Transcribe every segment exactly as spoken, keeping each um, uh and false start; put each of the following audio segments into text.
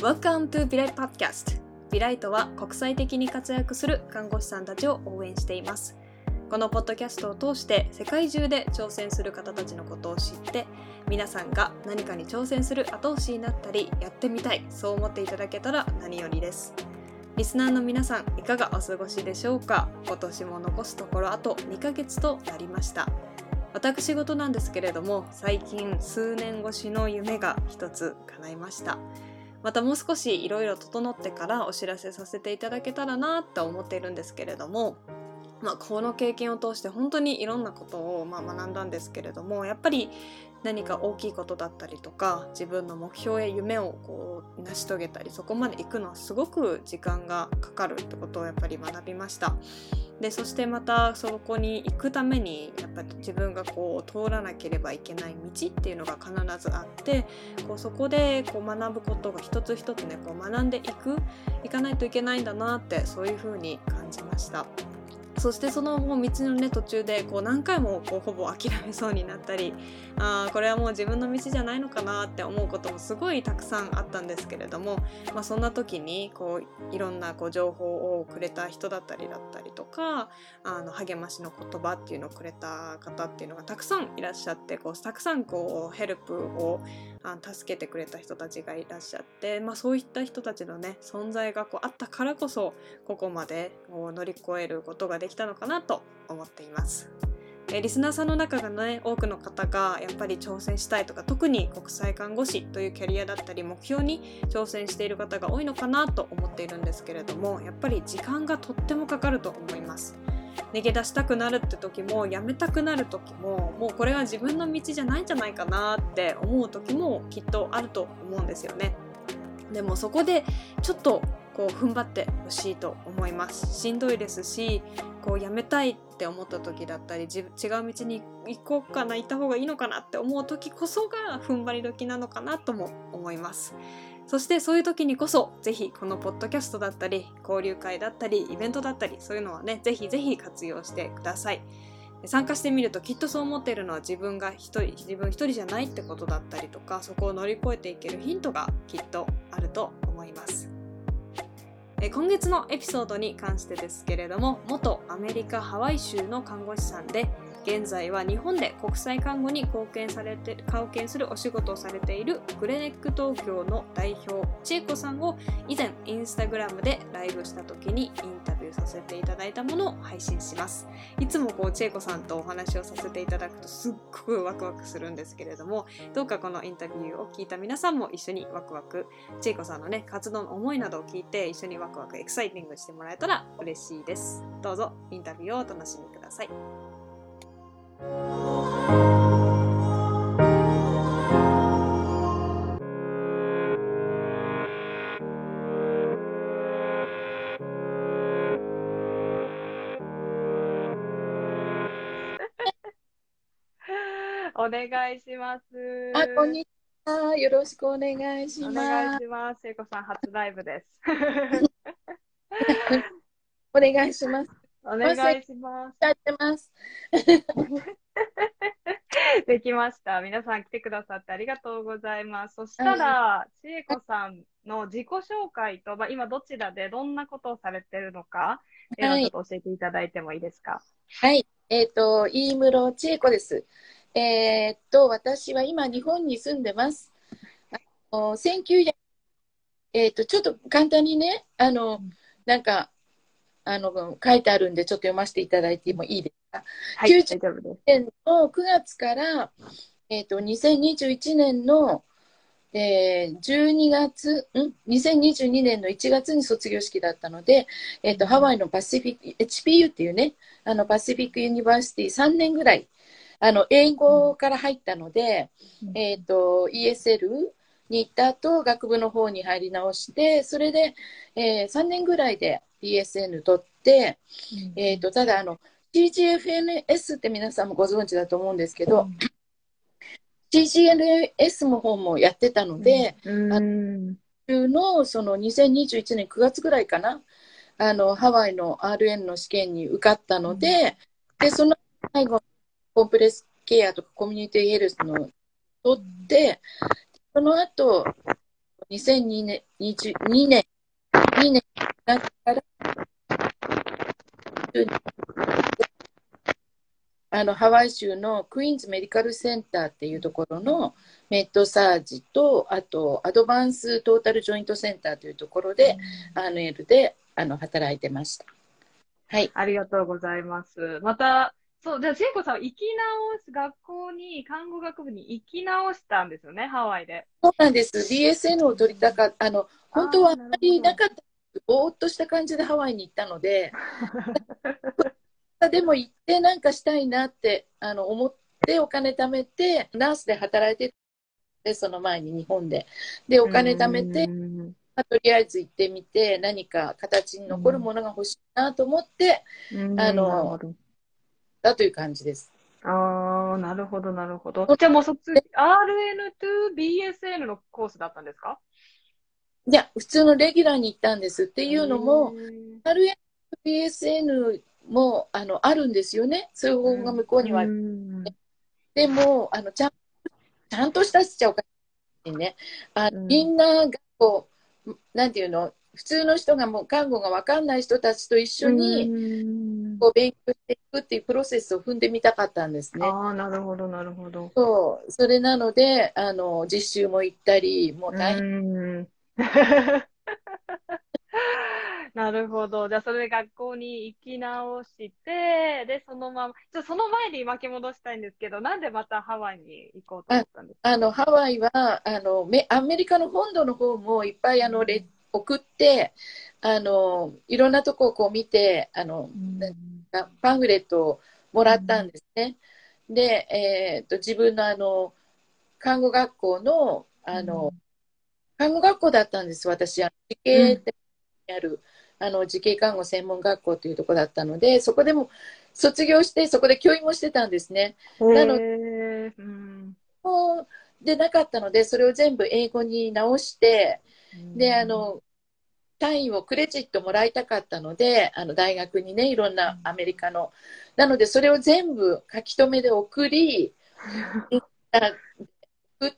Welcome to ビライ Podcast。 ビライトは国際的に活躍する看護師さんたちを応援しています。このポッドキャストを通して世界中で挑戦する方たちのことを知って、皆さんが何かに挑戦する後押しになったり、やってみたい、そう思っていただけたら何よりです。リスナーの皆さん、いかがお過ごしでしょうか。今年も残すところあとにかげつとなりました。私事なんですけれども、最近数年越しの夢が一つ叶いました。またもう少しいろいろ整ってからお知らせさせていただけたらなと思っているんですけれども、まあ、この経験を通して本当にいろんなことをまあ学んだんですけれども、やっぱり何か大きいことだったりとか、自分の目標や夢をこう成し遂げたり、そこまで行くのはすごく時間がかかるってことをやっぱり学びました。でそしてまたそこに行くためにやっぱり自分がこう通らなければいけない道っていうのが必ずあって、こうそこでこう学ぶことが一つ一つねこう学んでいくいかないといけないんだなって、そういうふうに感じました。そしてその道の、ね、途中でこう何回もこうほぼ諦めそうになったり、あこれはもう自分の道じゃないのかなって思うこともすごいたくさんあったんですけれども、まあ、そんな時にこういろんなこう情報をくれた人だったりだったりとか、あの励ましの言葉っていうのをくれた方っていうのがたくさんいらっしゃって、こうたくさんこうヘルプをあ助けてくれた人たちがいらっしゃって、まあ、そういった人たちのね存在がこうあったからこそここまでこう乗り越えることができたのかなと思っています。えリスナーさんの中がね、多くの方がやっぱり挑戦したいとか、特に国際看護師というキャリアだったり目標に挑戦している方が多いのかなと思っているんですけれども、やっぱり時間がとってもかかると思います。逃げ出したくなるって時も、やめたくなる時も、もうこれは自分の道じゃないんじゃないかなって思う時もきっとあると思うんですよね。でもそこでちょっとこう踏ん張ってほしいと思います。しんどいですし、こうやめたいって思った時だったり、違う道に行こうかな、行った方がいいのかなって思う時こそが踏ん張り時なのかなとも思います。そしてそういう時にこそぜひこのポッドキャストだったり交流会だったりイベントだったり、そういうのはねぜひぜひ活用してください。参加してみるときっとそう思っているのは自分が一人自分一人じゃないってことだったりとか、そこを乗り越えていけるヒントがきっとあると思います。え今月のエピソードに関してですけれども、元アメリカハワイ州の看護師さんで、現在は日本で国際看護に貢献されて貢献するお仕事をされているクレネック東京の代表千恵子さんを以前インスタグラムでライブした時にインタビューさせていただいたものを配信します。いつもこう千恵子さんとお話をさせていただくとすっごくワクワクするんですけれども、どうかこのインタビューを聞いた皆さんも一緒にワクワク、千恵子さんのね活動の思いなどを聞いて一緒にワクワクエキサイティングしてもらえたら嬉しいです。どうぞインタビューをお楽しみください。お願いします。 あ、こんにちは。よろしくお願いします。 お願いします。千恵子さん初ライブです。 お願いします。 お願いします。 やってます。 できました。皆さん来てくださってありがとうございます。そしたら、千恵子さんの自己紹介と、まあ、今どちらでどんなことをされてるのかっていうのをちょっと教えていただいてもいいですか。 はい。えっと、飯室千恵子です。えっと、私は今日本に住んでます。あのせんきゅうひゃく、えっと、ちょっと簡単にね、あの、なんか、あの、書いてあるんで、ちょっと読ませていただいてもいいですか。 はい、大丈夫です。 きゅうじゅうねんのくがつから、えっと、にせんにじゅういちねんの、えー、じゅうにがつ、ん ?にせんにじゅうにねんのいちがつに卒業式だったので、えっと、ハワイのパシフィック、エイチピーユー っていうね、あの、パシフィックユニバーシティさんねんぐらい、あの、英語から入ったので、えっと、イーエスエル に行った後、学部の方に入り直して、それで、えー、さんねんぐらいで ピーエスエヌ 取って、えっと、ただ、あの、シージーエフエヌエス って皆さんもご存知だと思うんですけど、シージーエヌエス の方もやってたので、 うんあのそのにせんにじゅういちねんくがつぐらいかな、あのハワイの アールエヌ の試験に受かったので、でその最後コンプレスケアとかコミュニティヘルスの取って、その後にせんにねん、にじゅうにねん、にねんになってから、あのハワイ州のクイーンズメディカルセンターっていうところのメッドサージと、あとアドバンストータルジョイントセンターというところで、うん、アヌエルであの働いてました。はい。 ありがとうございます。また、そう、じゃあ、ジェイコさん、行き直す、学校に、看護学部に行き直したんですよね、ハワイで。 そうなんです。ビーエスエヌ を取りたかった。あの、本当はあまりなかった。ぼーっとした感じでハワイに行ったので、でも行ってなんかしたいなってあの思ってお金貯めて、ナースで働いてて、その前に日本で。で、お金貯めて、まあ、とりあえず行ってみて、何か形に残るものが欲しいなと思って、あの、だという感じです。 ああ、なるほど、なるほど。じゃあもう卒、アールエヌ と ビーエスエヌ のコースだったんですか？ いや、普通のレギュラーに行ったんです。っていうのも、アールエヌ と ビーエスエヌ もあのあるんですよね。そういう方法が向こうにはある。でも、あのちゃん、ちゃんとしたしちゃおかしいね。あのみんながこう、なんていうの、普通の人がもう看護が分かんない人たちと一緒にこう勉強していくっていうプロセスを踏んでみたかったんですね。 ああ、なるほど、なるほど。 そう、それなので、あの実習も行ったり、もう大変。 なるほど。じゃあ、それで学校に行き直して、で、そのまま、ちょその前に巻き戻したいんですけど、なんでまたハワイに行こうと思ったんですか？ ああのハワイはあのアメリカの本土の方もいっぱいあの、うん、送ってあのいろんなとこをこう見てあの、うん、パンフレットをもらったんですね。うん、で、えー、と自分のあの看護学校のあの、うん、看護学校だったんです。私あの慈恵ってある、うん、あの慈恵看護専門学校というところだったので、そこでも卒業してそこで教員もしてたんですね。なので、うん、でなかったので、それを全部英語に直して、であの単位をクレジットもらいたかったので、あの大学にね、いろんなアメリカの、なのでそれを全部書き留めで送り送って、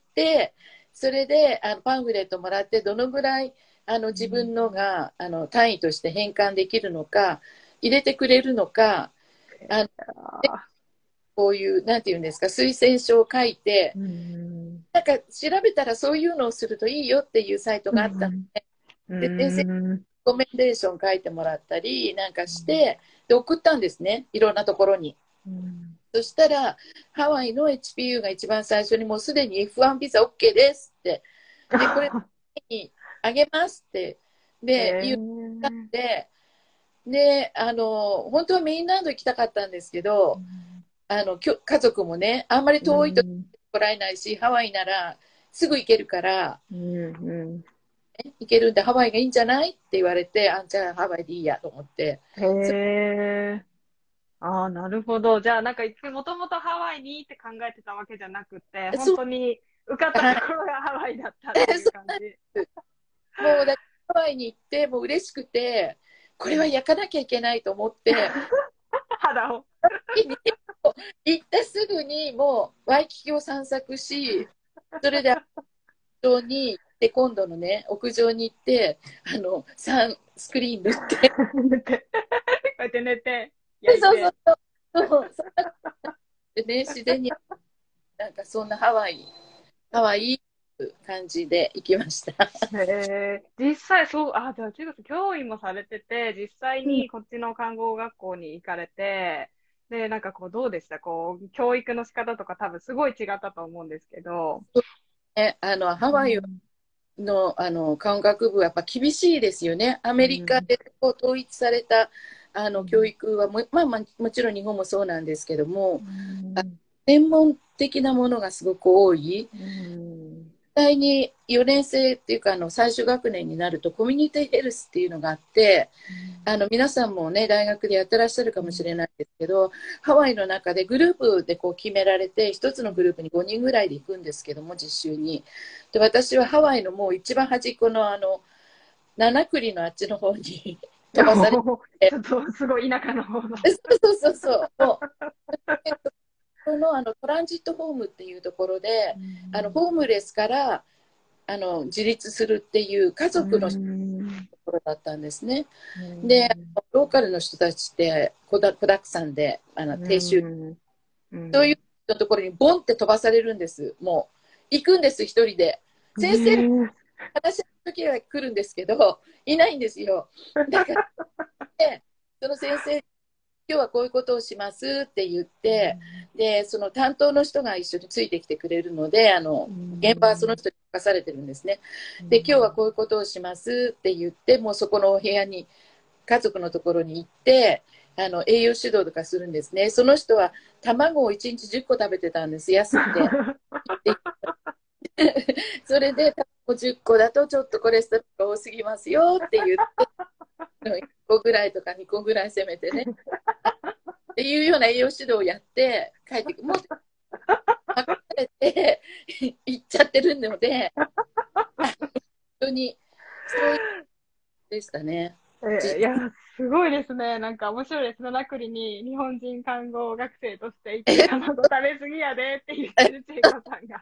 それであのパンフレットもらって、どのぐらいあの自分のがあの単位として返還できるのか、入れてくれるのか、あのこういうなんていうんですか、推薦書を書いて、うん、なんか調べたらそういうのをするといいよっていうサイトがあったので、うん、で先生にコメンデーション書いてもらったりなんかして、で送ったんですね、いろんなところに。うん、そしたらハワイの エイチピーユー が一番最初にもうすでに エフワン ビザ OK ですって、でこれにあげますってで言ったんで、であの本当はメインランド行きたかったんですけど、うん、あの家族もねあんまり遠いと来られないし、うん、ハワイならすぐ行けるから、うんうんね、行けるんでハワイがいいんじゃないって言われて、あじゃあハワイでいいやと思って。 へえ。ああ、なるほど。じゃあなんかもともとハワイにって考えてたわけじゃなくて、本当に受かったところがハワイだったっていう感じ。 もうだハワイに行ってもう嬉しくて、これは焼かなきゃいけないと思って肌を行ってすぐにもうワイキキを散策し、それで屋上に行って今度のね屋上に行ってあのサンスクリーン塗ってこうやって寝てそうそうそうそうでね、自然になんかそんなハワイハワイ感じで行きました。 へ実際そう、あ、じゃあ中学教員もされてて、実際にこっちの看護学校に行かれて、うん、で、なんかこうどうでしたこう、教育の仕方とか多分すごい違ったと思うんですけど。 えあのハワイの、うん、あの看護学部はやっぱ厳しいですよね。アメリカでこう統一されたあの教育はも、まあ、まあ、もちろん日本もそうなんですけども、うん、専門的なものがすごく多い。うん実際によねん生っていうかあの最終学年になるとコミュニティヘルスっていうのがあって、うん、あの皆さんもね大学でやってらっしゃるかもしれないですけど、うん、ハワイの中でグループでこう決められて一つのグループにごにんぐらいで行くんですけども実習に。で私はハワイのもう一番端っこのあの七栗のあっちの方に飛ばされてちょっとすごい田舎の方のそうそうそうそうもうのあのトランジットホームっていうところで、うん、あのホームレスからあの自立するっていう家族のところだったんですね。で、ローカルの人たちって子だ子だくさんで、あの低収入、そういうところにボンって飛ばされるんです。もう行くんです、一人で。先生の話の時は来るんですけど、いないんですよ。だから、ね、その先生、今日はこういうことをしますって言って、で、その担当の人が一緒についてきてくれるので、あの、現場はその人に任されてるんですね。で、今日はこういうことをしますって言って、もうそこのお部屋に、家族のところに行って、あの、栄養指導とかするんですね。その人は卵をいちにちじゅっこ食べてたんです、安くて。それで、卵じゅっこだとちょっとコレステロールが多すぎますよって言って、いっこぐらいとかにこぐらいせめてね。っていうような栄養指導をやって帰ってくる。もう、任されて行っちゃってるので、本当に、そういうでしたね。 えー、いや、すごいですね。なんか面白いです。七栗に日本人看護学生として行って卵食べ過ぎやでって言ってる千恵子さんが。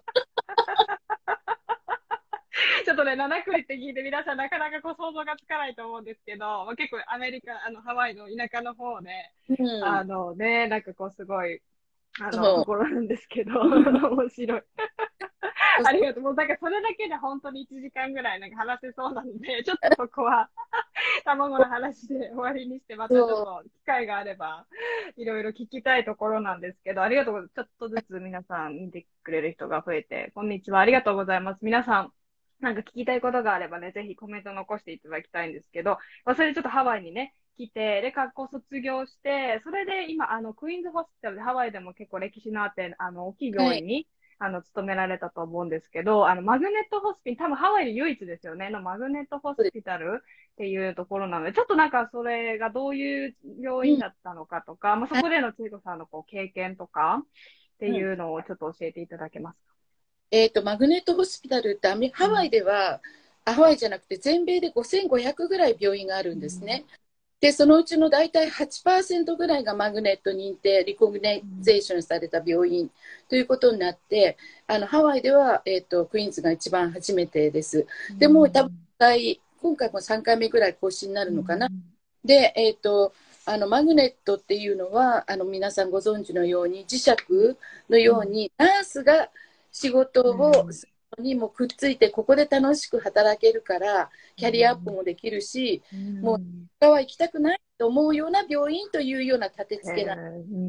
ちょっとね、七栗って聞いて皆さんなかなかこう想像がつかないと思うんですけど、まあ、結構アメリカ、あの、ハワイの田舎の方で、うん、あのね、なんかこうすごい、あの、ところなんですけど、面白い。ありがとう。もうなんかそれだけで本当にいちじかんぐらいなんか話せそうなので、ちょっとそこは卵の話で終わりにして、またちょっと機会があれば、いろいろ聞きたいところなんですけど、ありがとうございます。ちょっとずつ皆さん見てくれる人が増えて、こんにちは。ありがとうございます。皆さん、なんか聞きたいことがあればね、ぜひコメント残していただきたいんですけど、それでちょっとハワイにね、来て、で、学校卒業して、それで今、あの、クイーンズホスピタルでハワイでも結構歴史のあって、あの、大きい病院に、はい、あの、勤められたと思うんですけど、あの、マグネットホスピ、多分ハワイで唯一ですよね、のマグネットホスピタルっていうところなので、ちょっとなんかそれがどういう病院だったのかとか、うん、まあ、そこでの千恵子さんのこう経験とかっていうのをちょっと教えていただけますか？ えっと、マグネットホスピタルってアメハワイでは、うん、ハワイじゃなくて全米でごせんごひゃくぐらい病院があるんですね。うん、で、そのうちの大体 はちパーセント ぐらいがマグネット認定、リコグネゼーションされた病院ということになって、あのハワイでは、えっと、クイーンズが一番初めてです。でも多分今回もさんかいめぐらい更新になるのかな。うん、で、えっと、あのマグネットっていうのはあの皆さんご存知のように磁石のようにナースが仕事をするのにもくっついてここで楽しく働けるからキャリアアップもできるし、うん、もう他は行きたくないと思うような病院というような立て付けなんです。うん、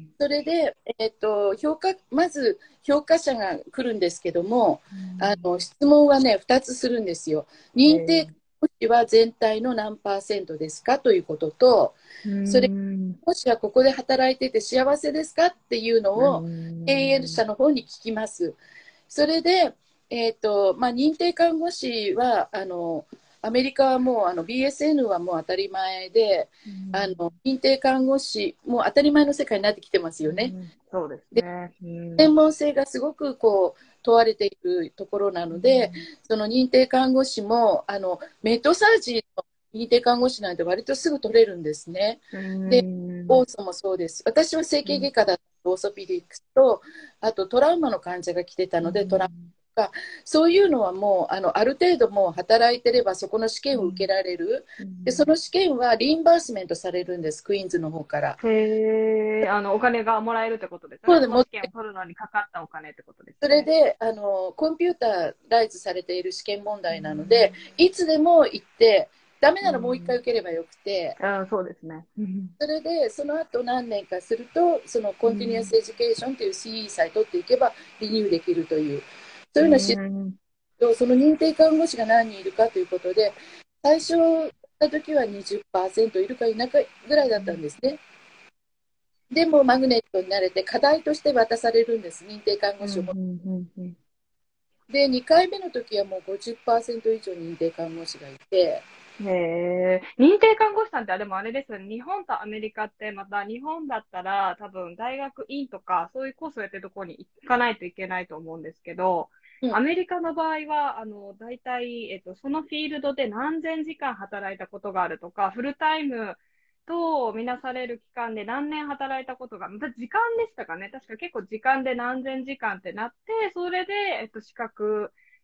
それで、えーと、評価まず評価者が来るんですけども、うん、あの質問はねふたつするんですよ。認定看護師は全体の何パーセントですかということと、それもしはここで働いてて幸せですかっていうのを経営者の方に聞きます。それで、えーとまあ、認定看護師はあのアメリカはもうあの ビーエスエヌ はもう当たり前で、あの認定看護師もう当たり前の世界になってきてますよね。 そうですね。 専門性がすごくこう問われているところなので、その認定看護師もあのメッドサージーの認定看護師なんて割とすぐ取れるんですね。で、オーソもそうです。私は整形外科だったオーソピディックスと、あとトラウマの患者が来てたので、トラウマとか、そういうのはもうあのある程度もう働いてればそこの試験を受けられる。で、その試験はリンバースメントされるんです、クイーンズの方から。 へー、あのお金がもらえるってことですね。その試験を取るのにかかったお金ってことですね。 それであのコンピューターライズされている試験問題なので、いつでも行ってダメならもう一回受ければよくて、 うん、あ、そうですね。 それでその後何年かするとそのコンティニュアスエデュケーションという シーイー さえ取っていけばリニューできるという、そういうのを知ると、その認定看護師が何人いるかということで、最初行った時は にじゅっパーセント いるかいないかぐらいだったんですね。でもマグネットになれて課題として渡されるんです、認定看護師を。で、にかいめの時はもう ごじゅっパーセント 以上認定看護師がいて。 へえ、認定看護師さんって、でもあれですよね、日本とアメリカってまた日本だったら多分大学院とかそういうコースをやってるところに行かないといけないと思うんですけど、うん、アメリカの場合は、あの、大体、えっと、そのフィールドで何千時間働いたことがあるとか、フルタイムとみなされる期間で何年働いたことが、また時間でしたかね。確か結構時間で何千時間ってなって、それで、えっと、資格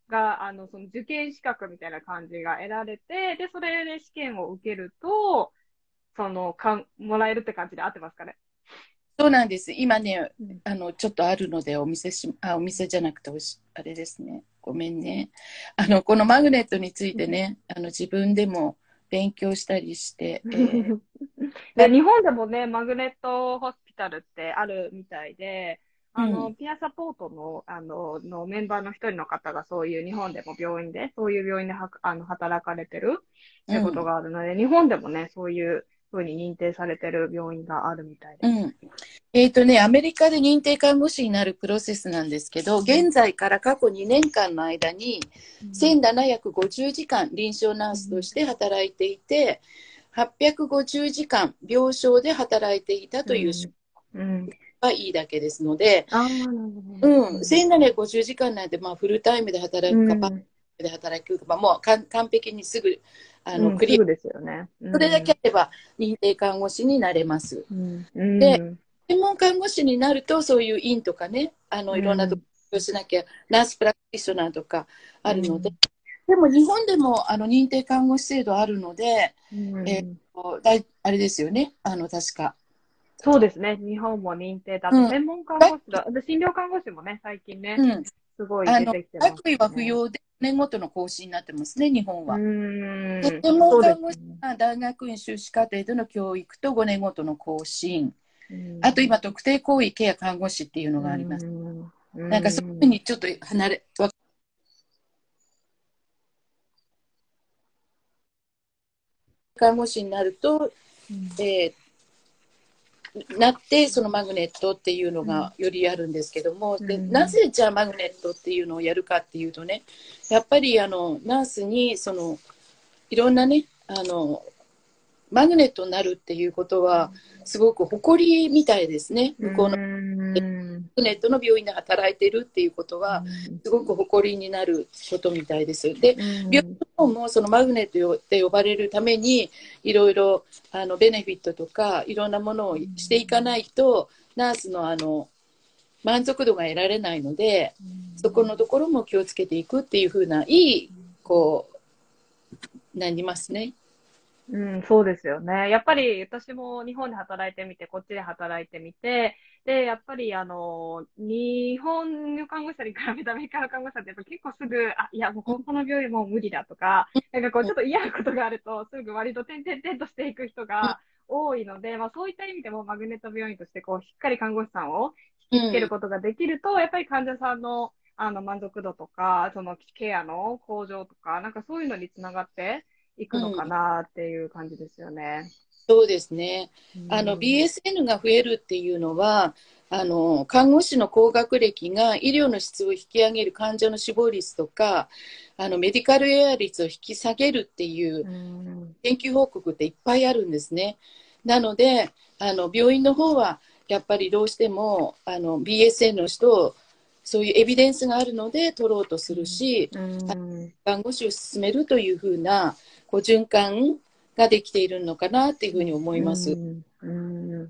が、あの、その受験資格みたいな感じが得られて、で、それで試験を受けると、その、かん、もらえるって感じで合ってますかね。 そうなんです。今ね、 うん、 あの、ちょっとあるのでお見せし、あ、お店じゃなくておし、あれですね。ごめんね。あの、このマグネットについてね、あの、自分でも勉強したりして、えーで、日本でもね、マグネットホスピタルってあるみたいで、あの、 うん、 ピアサポートの、あの、のメンバーの一人の方がそういう日本でも病院で、そういう病院ではあの働かれてるってことうん、 があるので、日本でもね、そういうふうに認定されてる病院があるみたいです。 うん。えっとね、アメリカで認定看護師になるプロセスなんですけど、現在から過去にねんかんの間にせんななひゃくごじゅうじかん臨床ナースとして働いていて、はっぴゃくごじゅうじかん病床で働いていたという証うん。 明はいいだけですので、 ああ、なるほどね。 うん、せんななひゃくごじゅうじかんなんて、まあ、フルタイムで働くか、パートタイムで働くか、もうかん完璧にすぐあのうん、 クリア。 すぐですよね。うん、 それだけあれば認定看護師になれます。 うん、 で、 うん、 専門看護師になると、そういう院とかね、あのいろんなところをしなきゃ、ナースプラクティショナーとかあるので、でも日本でもあの認定看護師制度あるので、 うん、 えーとだいあれですよね、あの確か。 そうですね。日本も認定だと、 うん、 専門看護師だ。で、診療看護師もね、最近ね、 うん、 すごいあの出てきてます学位は不ね。 要で、年ごとの更新になってますね、日本うは。でーん、 専門そうで看護師すね。 は大学院修士課程での教育とごねんごとの更新、 うん、 あと今、特定行為ケア看護師っていうのうがあります。 ん、うなんかそういうふうん、 にちょっと離れ、看護師になると、 うん、 えーなって、そのマグネットっていうのがよりあるんですけども、でなうん、 ぜじゃあマグネットっていうのをやるかっていうとね、やっぱりあのナースにそのいろんなね、あのマグネットになるっていうことは、すごく誇りみたいですね。 う向こうのん、 マグネットの病院で働いてるっていうことは、すごく誇りになることみたいです。で、 う病ん、 院の方もそのマグネットで呼ばれるために、いろいろあのベネフィットとか、いろんなものをしていかないと、ナースのあの満足度が得られないので、そこのところも気をつけていくっていうふうな、いい、こう、なりますね。 うん、そうですよね。やっぱり私も日本で働いてみて、こっちで働いてみて、で、やっぱりあの、日本の看護師さんに比べてアメリカの看護師さんってやっぱ結構すぐ、あ、いや、もうここの病院もう無理だとか、なんかこうちょっと嫌なことがあると、すぐ割と点々点としていく人が多いので、まあそういった意味でもマグネット病院としてこうしっかり看護師さんを引きつけるうん、 ことができると、やっぱり患者さんのあの満足度とか、そのケアの向上とか、なんかそういうのにつながっていくのかうん。 なっていう感じですよね。 そうですね。 うあのん。 ビーエスエヌ が増えるっていうのは、あの看護師の高学歴が医療の質を引き上げる患者の死亡率とか、あのメディカルエア率を引き下げるっていううん。 研究報告っていっぱいあるんですね。なので、あの病院の方はやっぱりどうしてもあの ビーエスエヌ の人をそういうエビデンスがあるので取ろうとするし、 うん。 看護師を進めるというふうなこう循環ができているのかなっていうふうに思いうます。 ん。うん。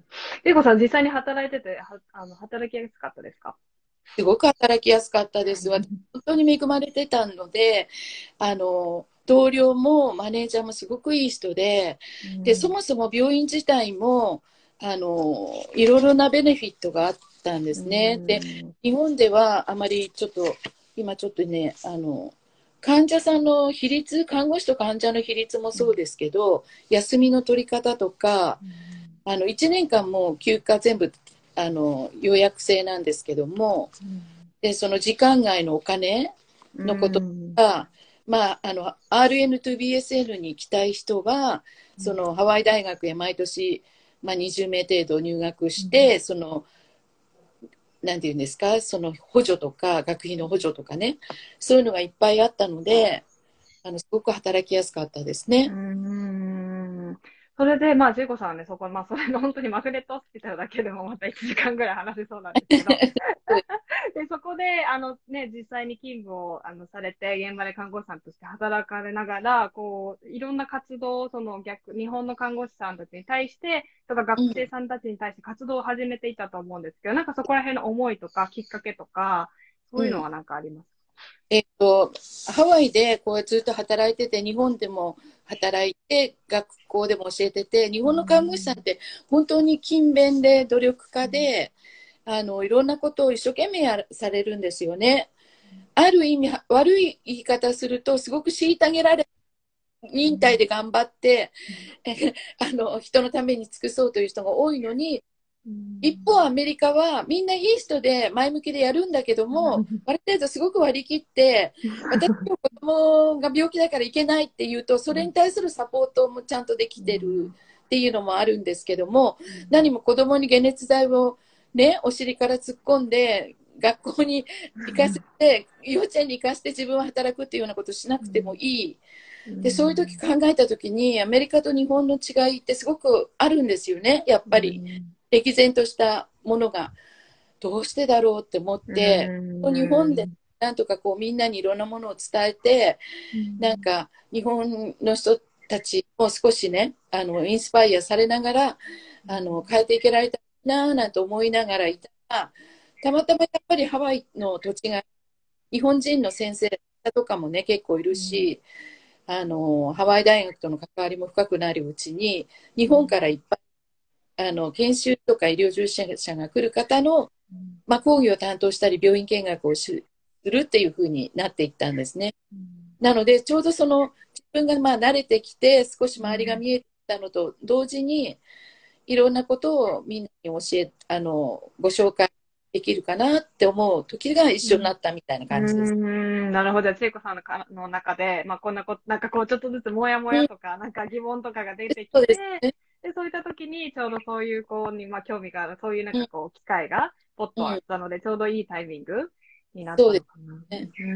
りこさん、実際に働いてて、は、あの、働きやすかったですか？ すごく働きやすかったです。 う私本当に恵まれてたので、あの同僚もマネージャーもすごくいい人で、でそん。 もそも病院自体もあのいろいろなベネフィットがあったんでうすね。で、 ん。 日本ではあまりちょっと今ちょっとね、あの患者さんの比率、看護師と患者の比率もそうですけど、休みの取り方とか、あのいちねんかんも休暇全部あの予約制なんですけども、でその時間外のお金うのことん。 が、まあ、あの アールエヌ と ビーエスエヌ に行きたい人はそのハワイ大学へ毎年、まあ、にじゅうめい程度入学して、そのなんていうんですか、その補助とか学費の補助とかね、そういうのがいっぱいあったので、あのすごく働きやすかったですうね。 ん。それで、まあ、ジェイコさんはね、そこ、まあ、それの本当にマグネットホスピタルだけでもまたいちじかんぐらい話せそうなんですけど、で、そこで、あのね、実際に勤務をあのされて、現場で看護師さんとして働かれながら、こう、いろんな活動を、その逆、日本の看護師さんたちに対して、とか学生さんたちに対して活動を始めていたと思うんですけど、なんかそこら辺の思いとか、きっかけとか、そういうのうん、 はなんかありますえっと、ハワイでこうずっと働いてて、日本でも働いて、学校でも教えてて、日本の看護師さんって本当に勤勉で努力家で、あの、いろんなことを一生懸命やされるんですよね。ある意味、悪い言い方すると、すごく虐げられ、忍耐で頑張って、あの、人のために尽くそうという人が多いのに、一方、アメリカはみんないい人で前向きでやるんだけども、ある程度すごく割り切って、私の子供が病気だからいけないっていうと、それに対するサポートもちゃんとできてるっていうのもあるんですけども、何も子供に解熱剤をね、お尻から突っ込んで、学校に行かせて、幼稚園に行かせて自分は働くっていうようなことをしなくてもいい。で、そういう時考えた時に、アメリカと日本の違いってすごくあるんですよね、やっぱり。歴然としたものがどうしてだろうって思って、日本でなんとかこうみんなにいろんなものを伝えて、なんか日本の人たちも少しね、あのインスパイアされながらあの変えていけられたらななんて思いながらいたら、たまたまやっぱりハワイの土地が日本人の先生とかもね結構いるし、あのハワイ大学との関わりも深くなるうちに日本からいっぱいあの研修とか医療従事者が来る方の、まあ、講義を担当したり病院見学をするっていうふうになっていったんですね。なのでちょうどその自分がまあ慣れてきて少し周りが見えてきたのと同時にいろんなことをみんなに教えあのご紹介できるかなって思う時が一緒になったみたいな感じです。 うん、なるほど。千恵子さんのかの中で、まあ、こんなこと、なんかこう、ちょっとずつもやもやとか、うん、なんか疑問とかが出てきて、 そうですね。 で、そういった時に、ちょうどそういう子に、まあ、興味がある、そういうなんかこう、機会が、ポッとあったので、うん、ちょうどいいタイミングになったのかな。そうですね。うん。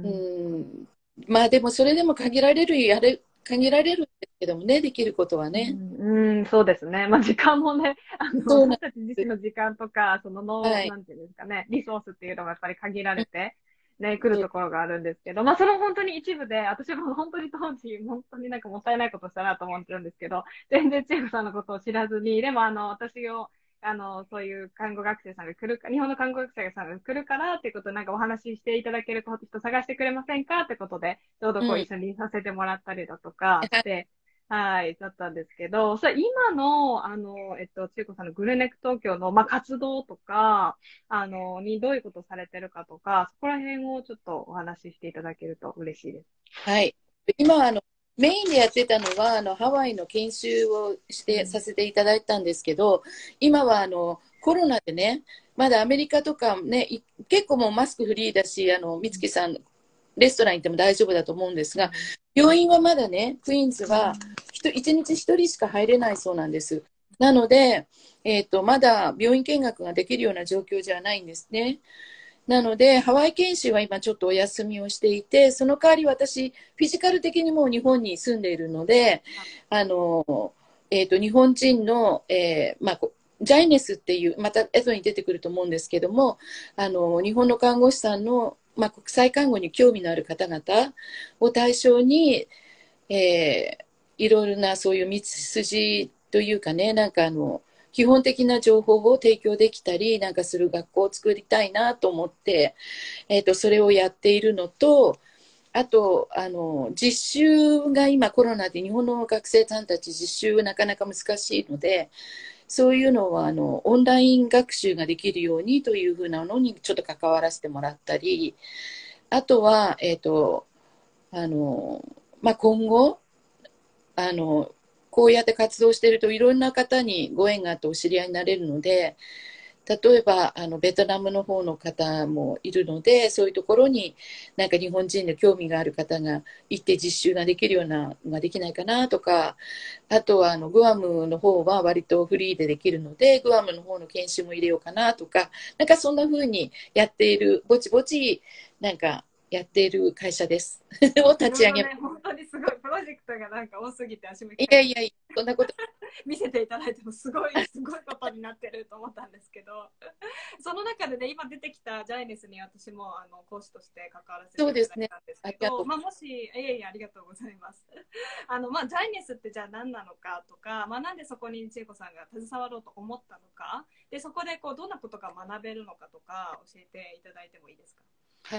うん。まあ、でもそれでも限られる、やれ、限られるんですけどもね、できることはね。 うん、うん、そうですね。まあ、時間もね、あの、私たち自身の時間とか、その脳、はい、なんていうんですかね、リソースっていうのがやっぱり限られて、ね、来るところがあるんですけど、まあ、その本当に一部で、私も本当に当時、本当になんかもったいないことしたなと思ってるんですけど、全然千恵子さんのことを知らずに、でもあの、私を、あの、そういう看護学生さんが来るか、日本の看護学生さんが来るからっていうことで、なんかお話ししていただける人探してくれませんかってことで、ちょうどこう一緒にさせてもらったりだとかして、うん、はい、だったんですけど、それ今の、あの、えっと、千恵子さんのグルネック東京の、まあ、活動とか、あの、にどういうことされてるかとか、そこら辺をちょっとお話ししていただけると嬉しいです。 はい。今、あの、メインでやってたのは、あの、ハワイの研修をして、させていただいたんですけど、今は、あの、コロナでね、まだアメリカとかね、結構もうマスクフリーだし、あの、美月さん、レストラン行っても大丈夫だと思うんですが、病院はまだね、クイーンズは、いちにちひとりしか入れないそうなんです。なので、えっと、まだ病院見学ができるような状況じゃないんですね。なので、ハワイ研修は今ちょっとお休みをしていて、その代わり私、フィジカル的にもう日本に住んでいるので、あの、えっと、日本人の、えー、まあ、ジャイネスっていう、また後に出てくると思うんですけども、あの、日本の看護師さんの、まあ、国際看護に興味のある方々を対象に、えー、いろいろなそういう道筋というかね、なんかあの、基本的な情報を提供できたりなんかする学校を作りたいなと思って、えーと、それをやっているのと、あとあの実習が今コロナで日本の学生さんたち実習なかなか難しいので、そういうのはあのオンライン学習ができるようにというふうなのにちょっと関わらせてもらったり、あとは、えーとあのまあ、今後あのこうやって活動しているといろんな方にご縁があってお知り合いになれるので、例えばあのベトナムの方の方もいるので、そういうところになんか日本人の興味がある方が行って実習ができるようなのができないかなとか、あとはあのグアムの方は割とフリーでできるのでグアムの方の研修も入れようかなとか、なんかそんな風にやっている、ぼちぼちなんかやっている会社ですを立ち上げ、 ね、本当にすごいプロジェクトがなんか多すぎて足もいやいやいや、そんなこと見せていただいてもすごいすごいことになってると思ったんですけど、その中でね今出てきたジャイネスに私もあの講師として関わらせていただいたんですけど、まあ、もしいえいえありがとうございますあの、まあ、ジャイネスってじゃあ何なのかとか、まあ、なんでそこに千恵子さんが携わろうと思ったのかで、そこでこうどんなことが学べるのかとか教えていただいてもいいですか。 はい、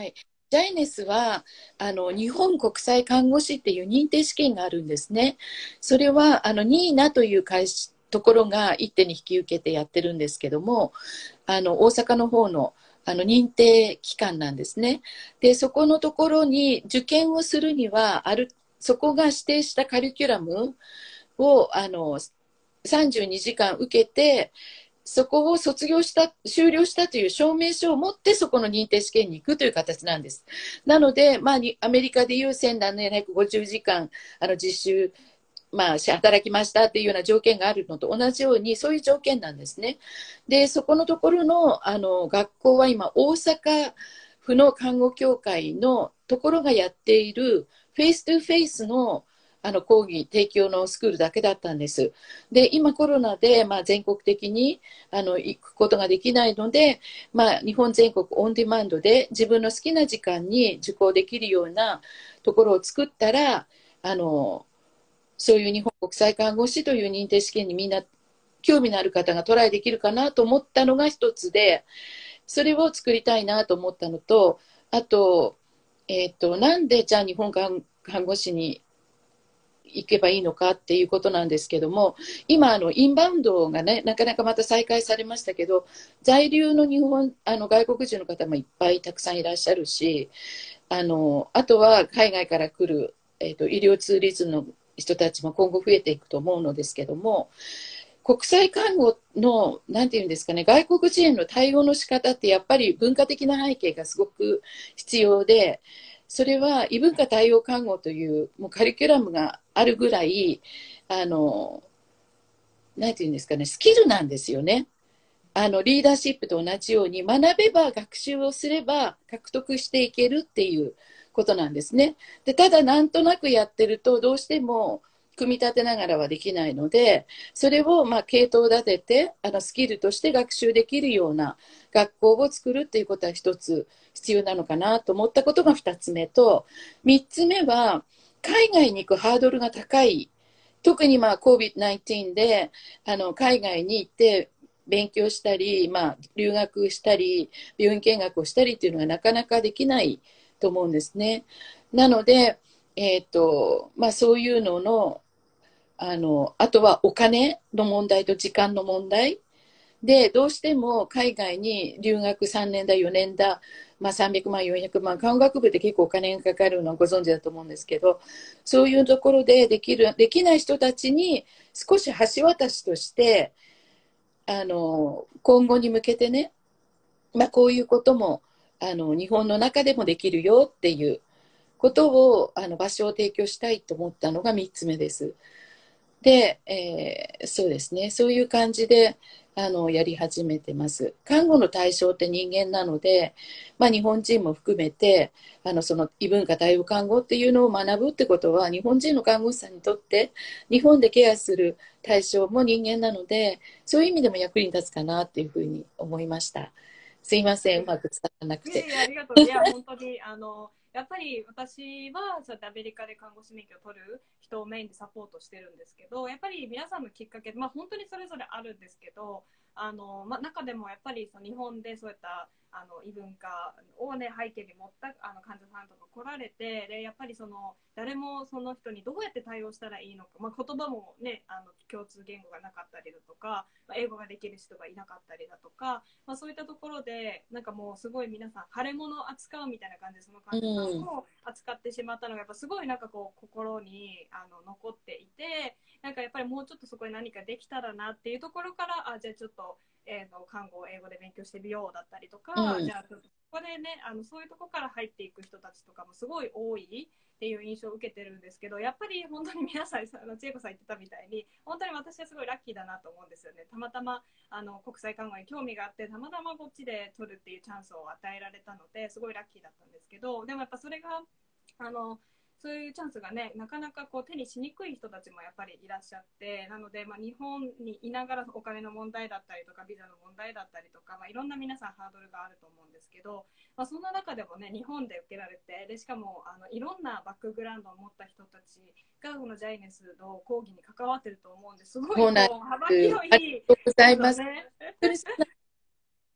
ジャイネスはあの日本国際看護師っていう認定試験があるんですね。それはあのニーナという会社ところが一手に引き受けてやってるんですけども、あの大阪の方のあの認定機関なんですね。で、そこのところに受験をするには、ある、そこが指定したカリキュラムをあのさんじゅうにじかん受けて、そこを卒業した、修了したという証明書を持ってそこの認定試験に行くという形なんです。なので、まあ、アメリカでいうせんななひゃくごじゅうじかんあの実習、まあ、働きましたっていうような条件があるのと同じように、そういう条件なんですね。で、そこのところの、あの、学校は今、大阪府の看護協会のところがやっている、フェイストゥフェイスの、あの、講義提供のスクールだけだったんです。で、今コロナで、まあ、全国的に、あの、行くことができないので、まあ、日本全国オンデマンドで自分の好きな時間に受講できるようなところを作ったら、あの、そういう日本国際看護師という認定試験にみんな興味のある方がトライできるかなと思ったのが一つで、それを作りたいなと思ったのと、あと、えっと、なんでじゃあ日本看護師に行けばいいのかっていうことなんですけども、今あのインバウンドがね、なかなかまた再開されましたけど、在留の日本、あの外国人の方もいっぱいたくさんいらっしゃるし、あの、あとは海外から来る、えっと、医療ツーリズムの人たちも今後増えていくと思うのですけども、国際看護の、なんていうんですかね、外国人への対応の仕方ってやっぱり文化的な背景がすごく必要で、それは異文化対応看護というもうカリキュラムがあるぐらい、あの、なんていうんですかね、スキルなんですよね。あの、リーダーシップと同じように学べば学習をすれば獲得していけるっていうことなんですね。で、ただなんとなくやってるとどうしても組み立てながらはできないので、それをまあ系統立てて、あのスキルとして学習できるような学校を作るっていうことは一つ必要なのかなと思ったことが二つ目と、三つ目は海外に行くハードルが高い。特にまあ コービッドナインティーン であの海外に行って勉強したり、まあ、留学したり、病院見学をしたりっていうのがなかなかできないと思うんですね。なので、えっと、まあそういうのの、あの、あとはお金の問題と時間の問題で、どうしても海外に留学さんねんだ、よねんだ、まあさんびゃくまん、よんひゃくまん、看護学部って結構お金がかかるのはご存知だと思うんですけど、そういうところでできる、できない人たちに少し橋渡しとして、あの今後に向けてね、まあ、こういうこともあの日本の中でもできるよっていうことをあの場所を提供したいと思ったのがみっつめです。で、えー、そうですね、そういう感じであのやり始めてます。看護の対象って人間なので、まあ、日本人も含めてあのその異文化対応看護っていうのを学ぶってことは、日本人の看護師さんにとって日本でケアする対象も人間なので、そういう意味でも役に立つかなっていうふうに思いました。すいません、うまく伝わらなくて。 いやいや、ありがとう。いや、本当に、あの、やっぱり私はそうやってアメリカで看護師免許を取る人をメインでサポートしてるんですけど、やっぱり皆さんのきっかけ、まあ、本当にそれぞれあるんですけど、あの、まあ、中でもやっぱりその日本でそういったあの異文化を、ね、背景に持ったあの患者さんとか来られて、でやっぱりその誰もその人にどうやって対応したらいいのか、まあ、言葉も、ね、あの共通言語がなかったりだとか、まあ、英語ができる人がいなかったりだとか、まあ、そういったところでなんかもうすごい皆さん腫れ物を扱うみたいな感じでその患者さんを扱ってしまったのがやっぱすごいなんかこう心にあの残っていて、なんかやっぱりもうちょっとそこに何かできたらなっていうところから、あじゃあちょっと、えー、の看護を英語で勉強してみようだったりとか、うん、じゃあちょっとそこでね、あのそういうところから入っていく人たちとかもすごい多いっていう印象を受けてるんですけど、やっぱり本当に皆さん、あの千恵子さん言ってたみたいに本当に私はすごいラッキーだなと思うんですよね。たまたまあの国際看護に興味があって、たまたまこっちで取るっていうチャンスを与えられたのですごいラッキーだったんですけど、でもやっぱそれがあのそういうチャンスがね、なかなかこう手にしにくい人たちもやっぱりいらっしゃって、なので、まあ、日本にいながらお金の問題だったりとかビザの問題だったりとか、まあ、いろんな皆さんハードルがあると思うんですけど、まあ、そんな中でもね、日本で受けられて、でしかもあのいろんなバックグラウンドを持った人たちがこのジャイネスの講義に関わってると思うんですごいこう幅広い。 ありがとうございます。本当にそんなことをおっしゃっていただいて、本当にありがとうございます。はい。ありがとうございます。はい。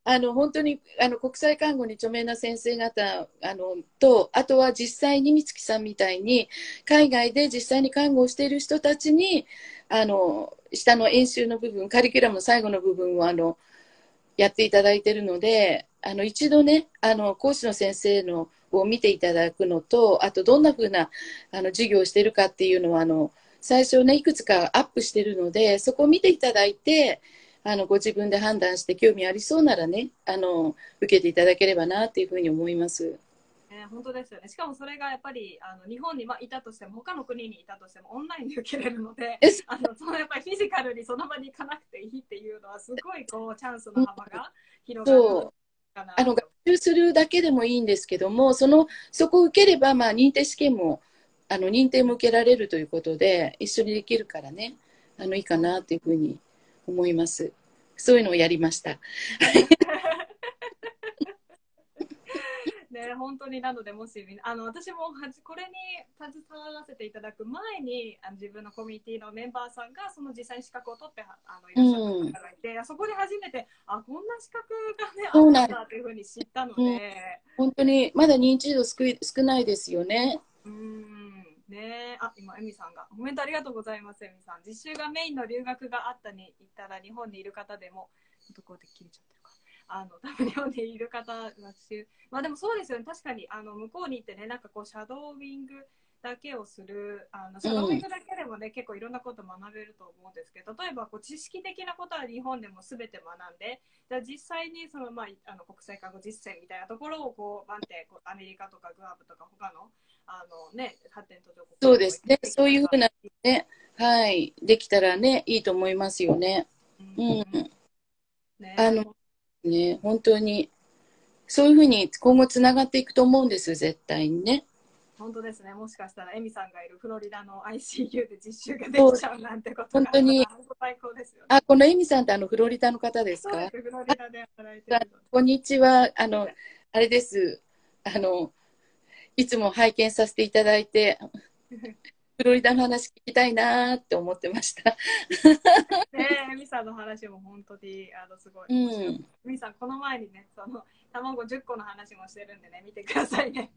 あの本当にあの国際看護に著名な先生方あのと、あとは実際に美月さんみたいに海外で実際に看護をしている人たちにあの下の演習の部分、カリキュラムの最後の部分をあのやっていただいているので、あの一度ね、あの講師の先生のを見ていただくのと、あとどんな風なあの授業をしているかっていうのはあの最初ね、いくつかアップしているので、そこを見ていただいて、あのご自分で判断して興味ありそうならね、あの受けていただければなっていうふうに思います。 えー、本当ですよね。しかもそれがやっぱりあの日本に、まあ、いたとしても他の国にいたとしてもオンラインで受けれるので、あのそのやっぱりフィジカルにその場に行かなくていいっていうのはすごいこうチャンスの幅が広がるかな。 あの学習するだけでもいいんですけども、そのそこを受ければ、まあ、認定試験もあの認定も受けられるということで一緒にできるからね、あのいいかなというふうに思います。そういうのをやりました。 ね、本当になので、もしあの私もはじこれに携わらせていただく前にあの自分のコミュニティのメンバーさんがその実際に資格を取ってあのいらっしゃった方がいて、うん、そこで初めてあこんな資格が、ね、あったんだというふうに知ったので、うん、 本当にまだ認知度少ないですよね。 うんね、あ今エミさんがコメントありがとうございます。エミさん、実習がメインの留学があったに行ったら日本にいる方でもどこで切れちゃってるかあの多分日本にいる方学習、まあでもそうですよね、確かにあの向こうに行ってね、なんかこうシャドーウィングだけをする、あのシャドーウィングだけでもね、うん、結構いろんなこと学べると思うんですけど、例えばこう知識的なことは日本でもすべて学んで、じゃあ実際にその、まあ、あの国際看護実践みたいなところをこうバンってこうアメリカとかグアムとか他のあの、ね、発展途上国そうですね、そういうふうな、ね、はい、できたらね、いいと思いますよね。うん、うん、ね、あのね、本当にそういうふうに今後つながっていくと思うんです、絶対にね。 本当ですね。もしかしたらエミさんがいるフロリダの アイシーユー で実習ができちゃうなんてことが本当に最高ですよね。 あ、このエミさんってあのフロリダの方ですか？ そうです、フロリダで働いてるの。 こんにちは。あのあれです。あのいつも拝見させていただいて。フロリダの話聞きたいなって思ってました。 ねえ、エミさんの話も本当にあのすごい。うん、エミさん、この前にね、その卵じゅっこの話もしてるんでね、見てくださいね。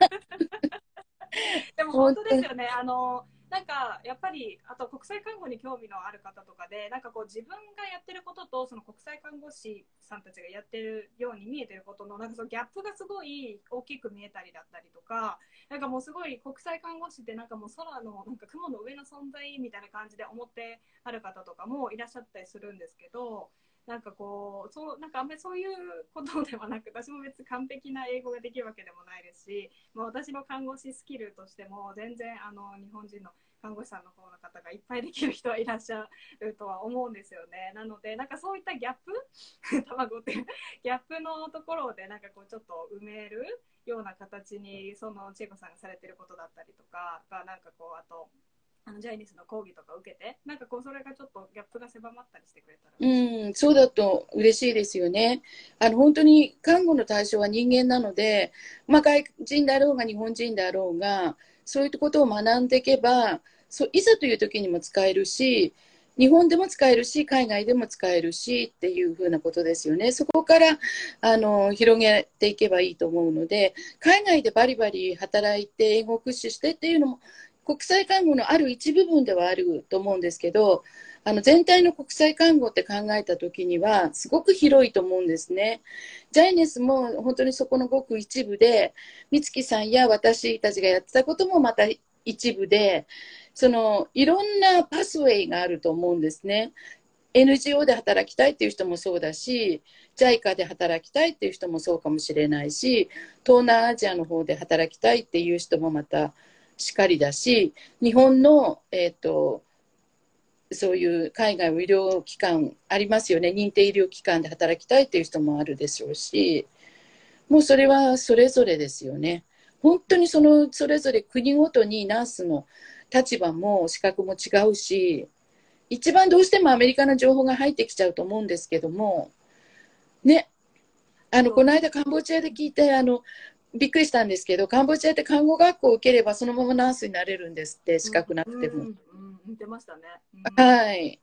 でも本当ですよね。あのなんかやっぱりあと国際看護に興味のある方とかで、なんかこう自分がやってることとその国際看護師さんたちがやってるように見えてることのなんかそのギャップがすごい大きく見えたりだったりとか、なんかもうすごい国際看護師ってなんかもう空のなんか雲の上の存在みたいな感じで思ってある方とかもいらっしゃったりするんですけど。なんかこう、そうなんかあんまりそういうことではなく、私も別に完璧な英語ができるわけでもないですし、まあ、私の看護師スキルとしても全然あの日本人の看護師さんの方の方がいっぱいできる人はいらっしゃるとは思うんですよね。なのでなんかそういったギャップ卵っていうギャップのところでなんかこうちょっと埋めるような形にその千恵子さんがされてることだったりとかがなんかこうあとあのジャイニスの講義とか受けてなんかこうそれがちょっとギャップが狭まったりしてくれたら、 うん、そうだと嬉しいですよね。あの本当に看護の対象は人間なので、まあ、外人であろうが日本人であろうがそういうことを学んでいけば、そういざという時にも使えるし、日本でも使えるし海外でも使えるしっていうふうなことですよね。そこからあの広げていけばいいと思うので、海外でバリバリ働いて英語を駆使してっていうのも国際看護のある一部分ではあると思うんですけど、あの全体の国際看護って考えたときにはすごく広いと思うんですね。ジャイネスも本当にそこのごく一部で、美月さんや私たちがやってたこともまた一部で、そのいろんなパスウェイがあると思うんですね。エヌジーオー で働きたいっていう人もそうだし、ジャイカ で働きたいっていう人もそうかもしれないし、東南アジアの方で働きたいっていう人もまたしかりだし、日本の、えーと、そういう海外の医療機関ありますよね。認定医療機関で働きたいっていう人もあるでしょうし、もうそれはそれぞれですよね。本当にそのそれぞれ国ごとにナースの立場も資格も違うし、一番どうしてもアメリカの情報が入ってきちゃうと思うんですけども、ね、あのこの間カンボジアで聞いてあのびっくりしたんですけど、カンボジアって看護学校を受ければそのままナースになれるんですって、資格なくても。 うんうんうん、似てましたね。 うん、はい。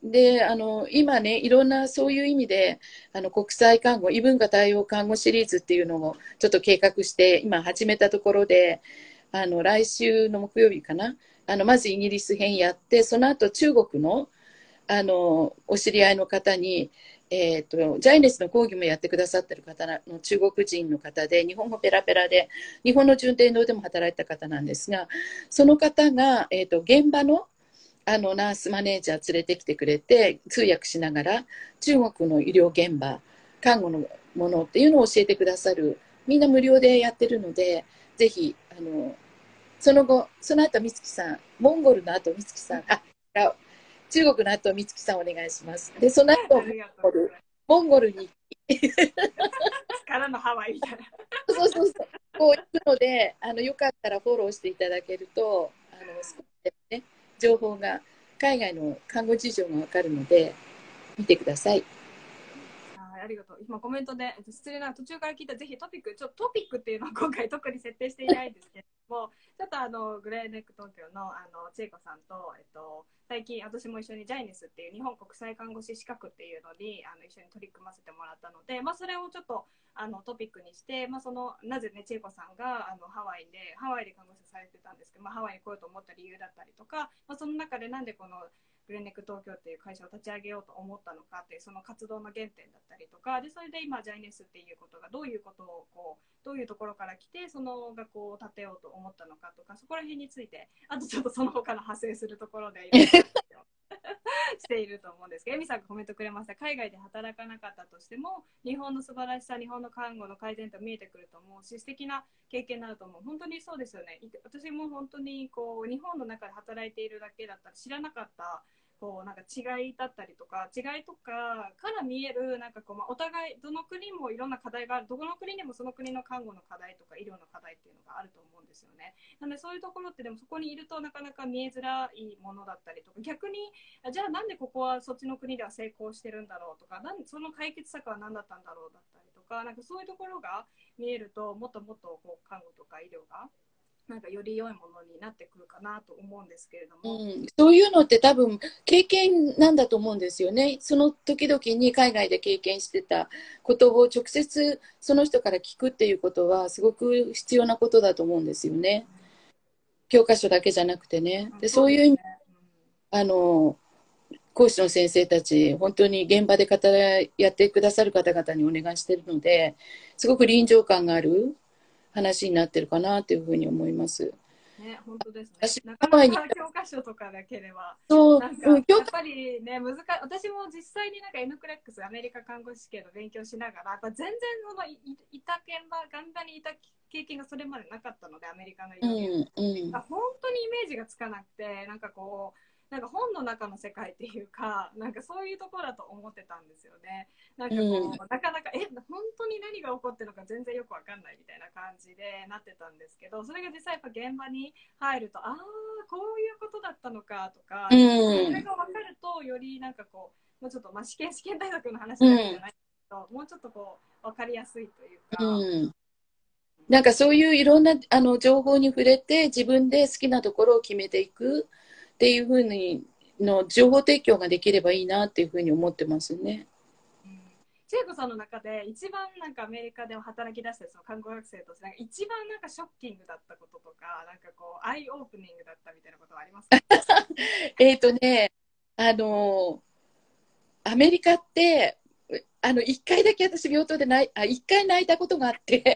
で、あの、今ね、いろんなそういう意味で、あの、国際看護、異文化対応看護シリーズっていうのをちょっと計画して、今始めたところで、あの、来週の木曜日かな。あの、まずイギリス編やって、その後中国の、あの、お知り合いの方に、えっと、ジャイネスの講義もやってくださってる方の中国人の方で、日本語ペラペラで、日本の順天堂でも働いた方なんですが、その方が、えっと、現場の、あのナースマネージャー連れてきてくれて通訳しながら中国の医療現場看護のものっていうのを教えてくださる、みんな無料でやってるので、ぜひあのその後その後美月さん、モンゴルの後美月さん、あ中国の後美月さんお願いします。でその後モンゴルモンゴルにからのハワイみたいなそうそうそうこう行くので、あのよかったらフォローしていただけると、あの少しでもね情報が、海外の看護事情がわかるので見てください。 はい、ありがとう。今コメントで失礼な途中から聞いた、ぜひトピックちょっとトピックっていうのは今回特に設定していないんですけどもちょっとあのグレーネック東京のあの千恵子さんと、えっと、最近私も一緒にジャイネスっていう日本国際看護師資格っていうのにあの一緒に取り組ませてもらったので、まあ、それをちょっとあのトピックにして、まあ、そのなぜね千恵子さんがあのハワイでハワイで看護師されてたんですけど、まあ、ハワイに来ようと思った理由だったりとか、まあ、その中でなんでこのグレネック東京っていう会社を立ち上げようと思ったのかっていうその活動の原点だったりとかで、それで今ジャイネスっていうことがどういうことをこうどういうところから来てその学校を建てようと思ったのかとか、そこら辺について、あとちょっとその他の派生するところでいろいろしていると思うんですけど、エミさんがコメントくれました。海外で働かなかったとしても日本の素晴らしさ、日本の看護の改善と見えてくると思うし、素敵な経験になると思う。本当にそうですよね。私も本当にこう日本の中で働いているだけだったら知らなかったこうなんか違いだったりとか違いとかから見えるなんかこう、まあ、お互いどの国もいろんな課題がある、どこの国にもその国の看護の課題とか医療の課題っていうのがあると思うんですよね。なのでそういうところってでもそこにいるとなかなか見えづらいものだったりとか、逆にじゃあなんでここはそっちの国では成功してるんだろうとか、なんその解決策は何だったんだろうだったりとか、なんかそういうところが見えるともっともっとこう看護とか医療がなんかより良いものになってくるかなと思うんですけれども、 うん、そういうのって多分経験なんだと思うんですよね。その時々に海外で経験してたことを直接その人から聞くっていうことはすごく必要なことだと思うんですよね。教科書だけじゃなくてね。で、そういう意味、あの講師の先生たち本当に現場で方やってくださる方々にお願いしているので、すごく臨場感がある話になってるかなというふうに思います。 ね、本当ですね。 私なかなか教科書とかだけでは、 そうなんかやっぱりね、難しい。私も実際になんか エヌクレックス、アメリカ看護師系の勉強しながら、やっぱ全然そのいいた現場、現場にいた経験がそれまでなかったので、アメリカの医療系、うんうん、本当にイメージがつかなくて、なんかこう、なんか本の中の世界っていうか、なんかそういうところだと思ってたんですよね。なんかこう、うん、なかなか、え、本当に何が起こってるのか全然よくわかんないみたいな感じでなってたんですけど、それが実際やっぱ現場に入ると、ああ、こういうことだったのかとか、うん、それがわかると、よりなんかこう、もうちょっと、まあ、試験試験大学の話だけじゃないけど、うん、もうちょっとこう、わかりやすいというか、うん、 なんかそういういろんなあの情報に触れて、自分で好きなところを決めていくっていうふうにの情報提供ができればいいなっていうふうに思ってますね。 千恵子さんの中で一番なんかアメリカで働き出したその看護学生としてなんか一番なんかショッキングだったこととか、なんかこうアイオープニングだったみたいなことはありますか？ えっとね、あのアメリカってあのいっかいだけ私病棟で泣いあいっかい泣いたことがあって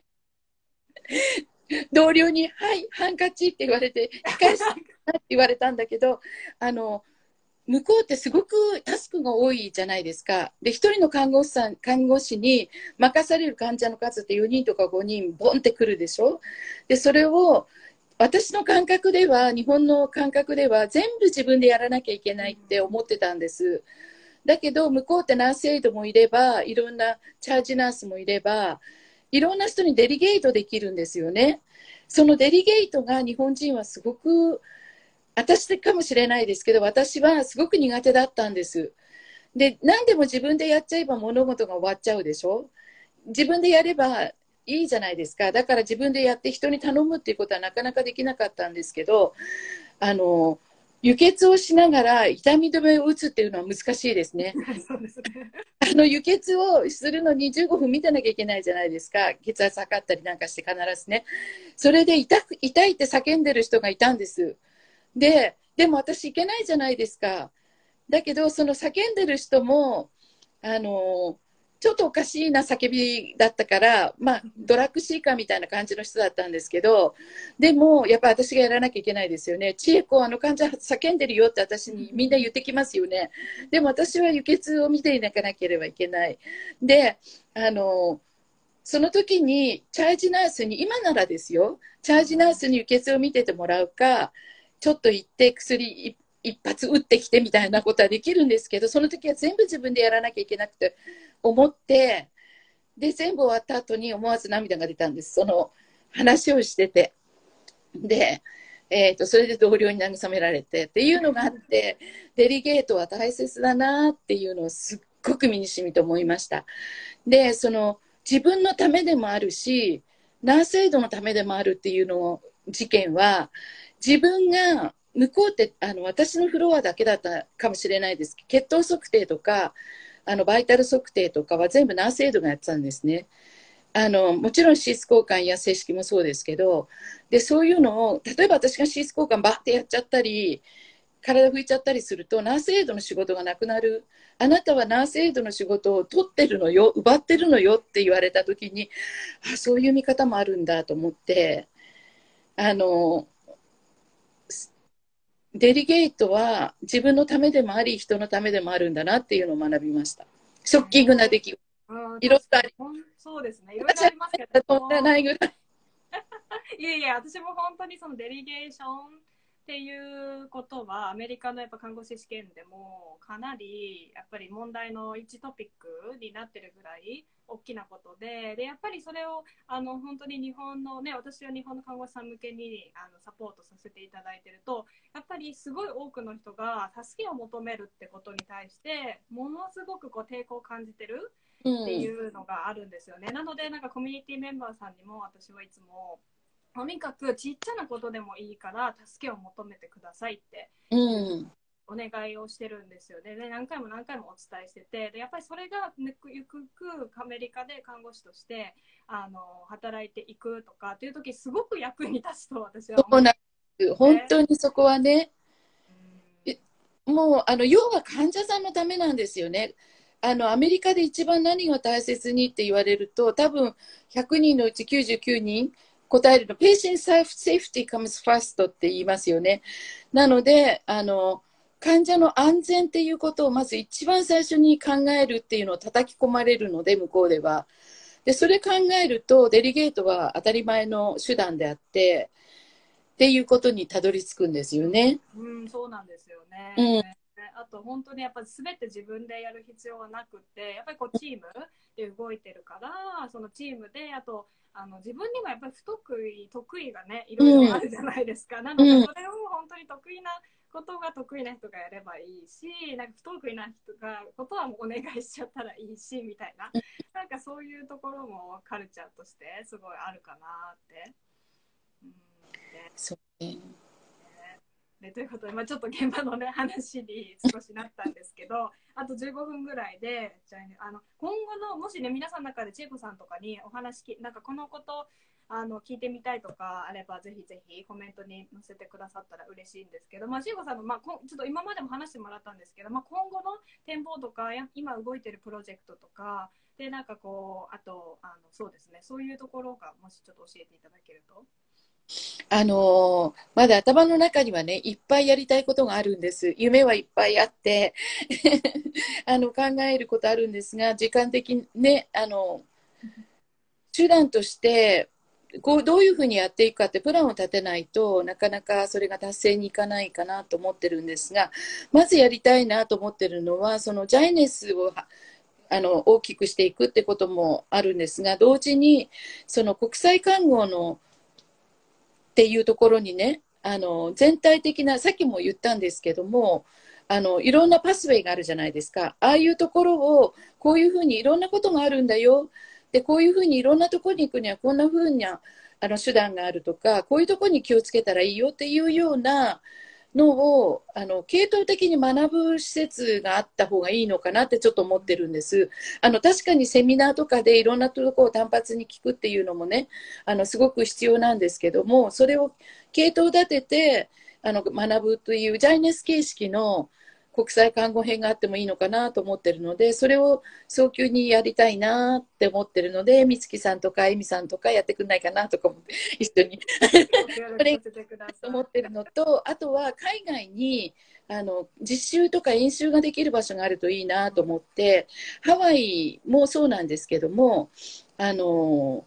同僚に「はいハンカチ」って言われて「控え室って言われたんだけど、あの向こうってすごくタスクが多いじゃないですか。で、一人の看護師さん、看護師に任される患者の数ってよにんとかごにんボンってくるでしょ。で、それを私の感覚では、日本の感覚では全部自分でやらなきゃいけないって思ってたんです。だけど、向こうってナースエイドもいれば、いろんなチャージナースもいれば、いろんな人にデリゲートできるんですよね。そのデリゲートが日本人はすごく私かもしれないですけど、私はすごく苦手だったんです。で、何でも自分でやっちゃえば物事が終わっちゃうでしょ。自分でやればいいじゃないですか。だから自分でやって人に頼むっていうことはなかなかできなかったんですけど、あの、 輸血をしながら痛み止めを打つっていうのは難しいですね。 そうですね。 あの輸血をするのにじゅうごふん見てなきゃいけないじゃないですか。血圧測ったりなんかして必ずね。それで痛く、痛いって叫んでる人がいたんです。で、でも私行けないじゃないですか。だけど、その叫んでる人も、あの、ちょっとおかしいな叫びだったから、まあ、ドラッグシーカーみたいな感じの人だったんですけど、でも、やっぱ私がやらなきゃいけないですよね。千恵子、あの患者叫んでるよって私にみんな言ってきますよね。でも私は輸血を見ていなければいけない。で、あの、その時にチャージナースに、今ならですよ、チャージナースに輸血を見ててもらうか、ちょっと行って薬一発打ってきてみたいなことはできるんですけど、その時は全部自分でやらなきゃいけなくて思って、で全部終わった後に思わず涙が出たんです。その話をしてて、で、えーと、それで同僚に慰められてっていうのがあって、デリゲートは大切だなっていうのをすっごく身に染みと思いました。で、その自分のためでもあるし、ナースエイドのためでもあるっていうの事件は、自分が向こうってあの私のフロアだけだったかもしれないですけど、血糖測定とかあのバイタル測定とかは全部ナースエイドがやってたんですね。あのもちろんシース交換や正式もそうですけど、でそういうのを例えば私がシース交換バーってやっちゃったり体拭いちゃったりするとナースエイドの仕事がなくなる。あなたはナースエイドの仕事を取ってるのよ、奪ってるのよって言われた時に、あ、そういう見方もあるんだと思って、あのデリゲートは自分のためでもあり人のためでもあるんだなっていうのを学びました。ショッキングな出来事、 うん、 いろいろありそうですね、いろいろありますけど、 とんでないぐらいいやいや、私も本当にそのデリゲーションっていうことはアメリカのやっぱ看護師試験でもかなりやっぱり問題の一トピックになってるぐらい大きなことで、でやっぱりそれをあの本当に日本のね、私は日本の看護師さん向けにあのサポートさせていただいてると、やっぱりすごい多くの人が助けを求めるってことに対してものすごくこう抵抗を感じてるっていうのがあるんですよね、うん、なのでなんかコミュニティメンバーさんにも私はいつもとにかくちっちゃなことでもいいから助けを求めてくださいってお願いをしてるんですよね。で何回も何回もお伝えしてて、でやっぱりそれがゆくゆくアメリカで看護師としてあの働いていくとかっていう時すごく役に立つと私は思う、 そうなんです。本当にそこはね、うん、もうあの要は患者さんのためなんですよね。あのアメリカで一番何が大切にって言われると、多分ひゃくにんのうちきゅうじゅうきゅうにん答えるの、ペーシェントセーフティーカムズファーストって言いますよね。なので、あの、患者の安全っていうことをまず一番最初に考えるっていうのを叩き込まれるので、向こうでは。で、それ考えると、デリゲートは当たり前の手段であって、っていうことにたどり着くんですよね。 うん、そうなんですよね。 うん、 あと本当にやっぱり全て自分でやる必要はなくて、やっぱりこうチームで動いてるから、そのチームであとあの自分にもやっぱり不得意得意がねいろいろあるじゃないですか、うん、なのでそれを本当に得意なことが得意な人がやればいいし、なんか不得意な人がことはもうお願いしちゃったらいいしみたいな、なんかそういうところもカルチャーとしてすごいあるかなって、うん、でそうね。 でということで、まあ、ちょっと現場の、ね、話に少しなったんですけど、あとじゅうごふんぐらいで、じゃあ、ね、あの今後のもしね皆さんの中で千恵子さんとかにお話きなんかこのことあの聞いてみたいとかあればぜひぜひコメントに載せてくださったら嬉しいんですけど、まあ、千恵子さんの、まあ、こちょっと今までも話してもらったんですけど、まあ、今後の展望とかや今動いてるプロジェクトとかでなんかこうあとあのそうですねそういうところがもしちょっと教えていただけると。 あのー、まだ頭の中にはねいっぱいやりたいことがあるんです。夢はいっぱいあってあの考えることあるんですが、時間的にねあの手段としてこうどういうふうにやっていくかってプランを立てないとなかなかそれが達成にいかないかなと思ってるんですが、まずやりたいなと思ってるのはそのジャイネスをあの大きくしていくってこともあるんですが、同時にその国際看護のっていうところにね、あの全体的な、さっきも言ったんですけども、あのいろんなパスウェイがあるじゃないですか。ああいうところをこういうふうにいろんなことがあるんだよ。でこういうふうにいろんなところに行くにはこんなふうなあの手段があるとか、こういうところに気をつけたらいいよっていうようなのをあの系統的に学ぶ施設があった方がいいのかなってちょっと思ってるんです。あの確かにセミナーとかでいろんなところを単発に聞くっていうのもね、あのすごく必要なんですけども、それを系統立ててあの学ぶというジャイネス形式の国際看護編があってもいいのかなと思ってるので、それを早急にやりたいなって思ってるので、美月さんとかえみさんとかやってくんないかなとか思って一緒にそれと思ってるのと、あとは海外にあの実習とか演習ができる場所があるといいなと思って、ハワイもそうなんですけども、あの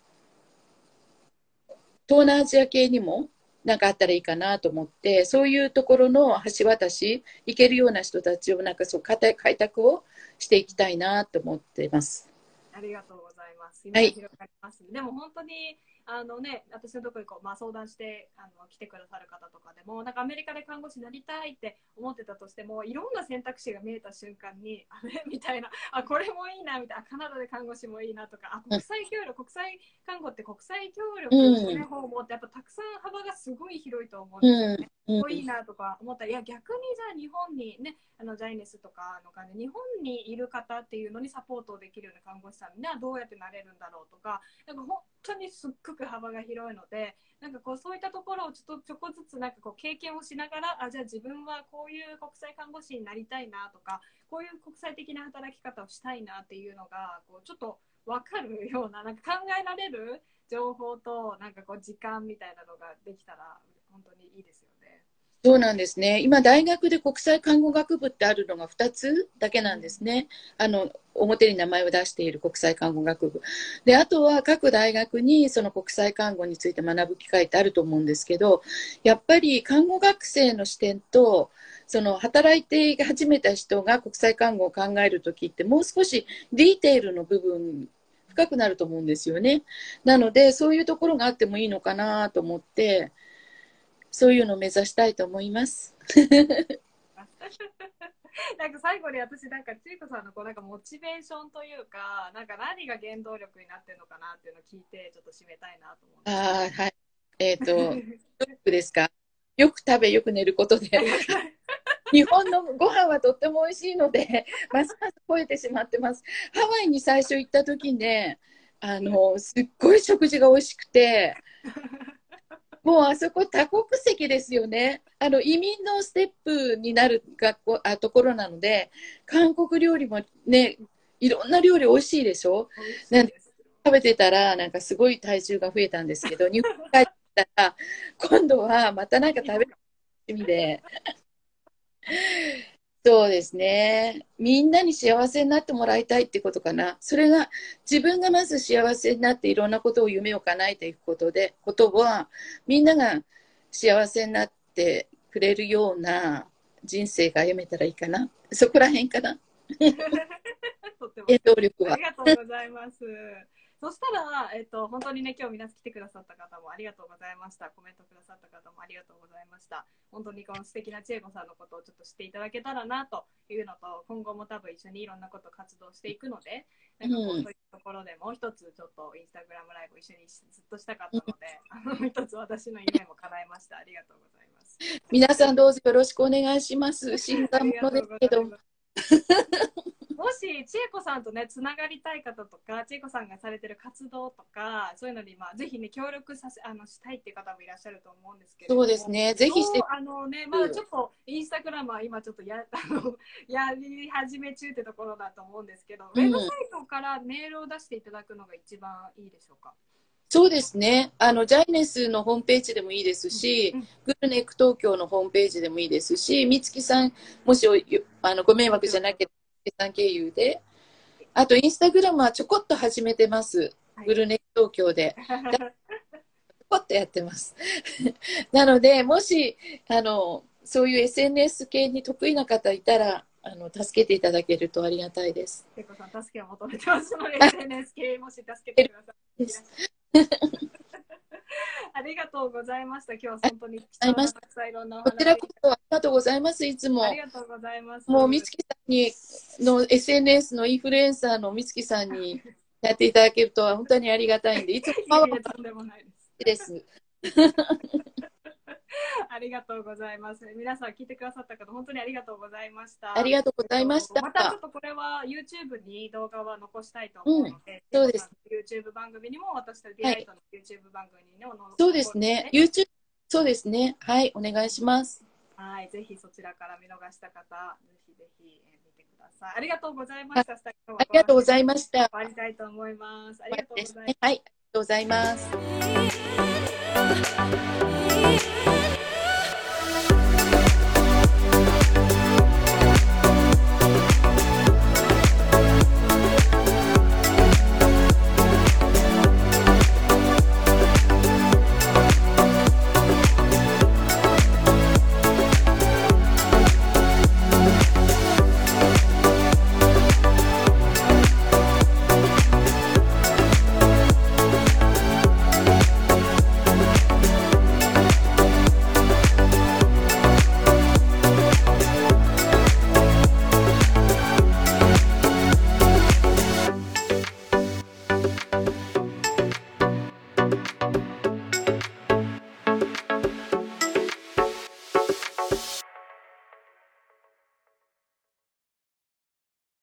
東南アジア系にもなんかあったらいいかなと思って、そういうところの橋渡し行けるような人たちをなんかそう開拓をしていきたいなと思っています。 ありがとうございます。 はい、 広がります、ね、でも本当にあのね、私のところにこう、まあ、相談してあの来てくださる方とかでも、なんかアメリカで看護師になりたいって思ってたとしても、いろんな選択肢が見えた瞬間に、あれみたいな、あ、これもいいなみたいな、カナダで看護師もいいなとか、あ、国際協力、うん、国際看護って国際協力の方もってやっぱたくさん幅がすごい広いと思うんですよね。うんうん、いいなとか思ったら、いや逆にじゃあ日本にね、あのジャイネスとかの感じ、日本にいる方っていうのにサポートできるような看護師さんにはどうやってなれるんだろうとか、なんか本当にすっごく幅が広いので、なんかこうそういったところをちょっとちょこずつなんかこう経験をしながら、あ、じゃあ自分はこういう国際看護師になりたいなとか、こういう国際的な働き方をしたいなっていうのがこうちょっと分かるような、なんか考えられる情報となんかこう時間みたいなのができたら本当にいいですよね。 そうなんですね。今、大学で国際看護学部ってあるのがふたつだけなんですね。あの、表に名前を出している国際看護学部。で、あとは各大学にその国際看護について学ぶ機会ってあると思うんですけど、やっぱり看護学生の視点と、その働いて始めた人が国際看護を考えるときってもう少しディテールの部分深くなると思うんですよね。なので、そういうところがあってもいいのかなと思って、そういうのを目指したいと思います。 なんか最後に私なんか千恵子さんのこうなんかモチベーションというか、なんか何が原動力になってるのかなっていうのを聞いてちょっと締めたいなと思うんです。 あ、はい。えっ、ー、と、よくですか。よく食べ、よく寝ることで。日本のご飯はとっても美味しいので、ますます超えてしまってます。ハワイに最初行った時ね、あの、すっごい食事が美味しくて、もうあそこ多国籍ですよね。あの移民のステップになる学校あところなので、韓国料理もね、いろんな料理美味しいでしょ。なんで食べてたらなんかすごい体重が増えたんですけど、日本に帰ったら今度はまたなんか食べる趣味で。そうですね。みんなに幸せになってもらいたいってことかな。それが自分がまず幸せになっていろんなことを夢を叶えていくことで、ことはみんなが幸せになってくれるような人生が歩めたらいいかな。そこら辺かな。 とっても原動力は。 ありがとうございます。そしたら、えっと、本当にね、今日皆さん来てくださった方もありがとうございました。コメントくださった方もありがとうございました。本当にこの素敵な千恵子さんのことをちょっと知っていただけたらなというのと、今後も多分一緒にいろんなこと活動していくので、なんかこう、そういうところでもう一つちょっとインスタグラムライブ一緒にずっとしたかったので、あの一つ私の夢も叶えました。ありがとうございます。 皆さんどうぞよろしくお願いします。新参者ですけど。 もし千恵子さんとねつながりたい方とか、千恵子さんがされてる活動とかそういうのに、まあ、ぜひね協力させあのしたいっていう方もいらっしゃると思うんですけれども、 そうですね、ぜひしてあのね、まだちょっとインスタグラムは今ちょっとやあのやり始め中ってところだと思うんですけど、うん、ウェブサイトからメールを出していただくのが一番いいでしょうか。 そうですね。あの、ジャイネスのホームページでもいいですし、うんうん、グルネック東京のホームページでもいいですし、美月さん、もしあのご迷惑じゃなければ、美月さん経由で、あと、インスタグラムはちょこっと始めてます。はい、グルネック東京で。ちょこっとやってます。なので、もし、あの、そういう エスエヌエス 系に得意な方いたら、あの助けていただけるとありがたいです。 千恵子さん、助けを求めてますので、エスエヌエス 系もし助けてください。ありがとうございました。今日は本当に貴重なたくさんいろんなお話。 こちらこそありがとうございます。いつも。 ありがとうございます。 もう美月さんにの エスエヌエス のインフルエンサーの美月さんにやっていただけるとは本当にありがたいんで、いつもパワーとんでもないです。 ありがとうございます。皆さん聞いてくださった方、本当にありがとうございました。 ありがとうございました。 またちょっとこれは YouTube に動画は残したいと思うので、 うん、そうです。 YouTube 番組にも、私とビライトの YouTube 番組にも、 はい、そうですね。YouTube、そうですね。はい、お願いします。 はい、ぜひそちらから見逃した方、ぜひぜひ見てください。ありがとうございました。 ありがとうございました。 終わりたいと思います。ありがとうございます。 はい、ありがとうございます。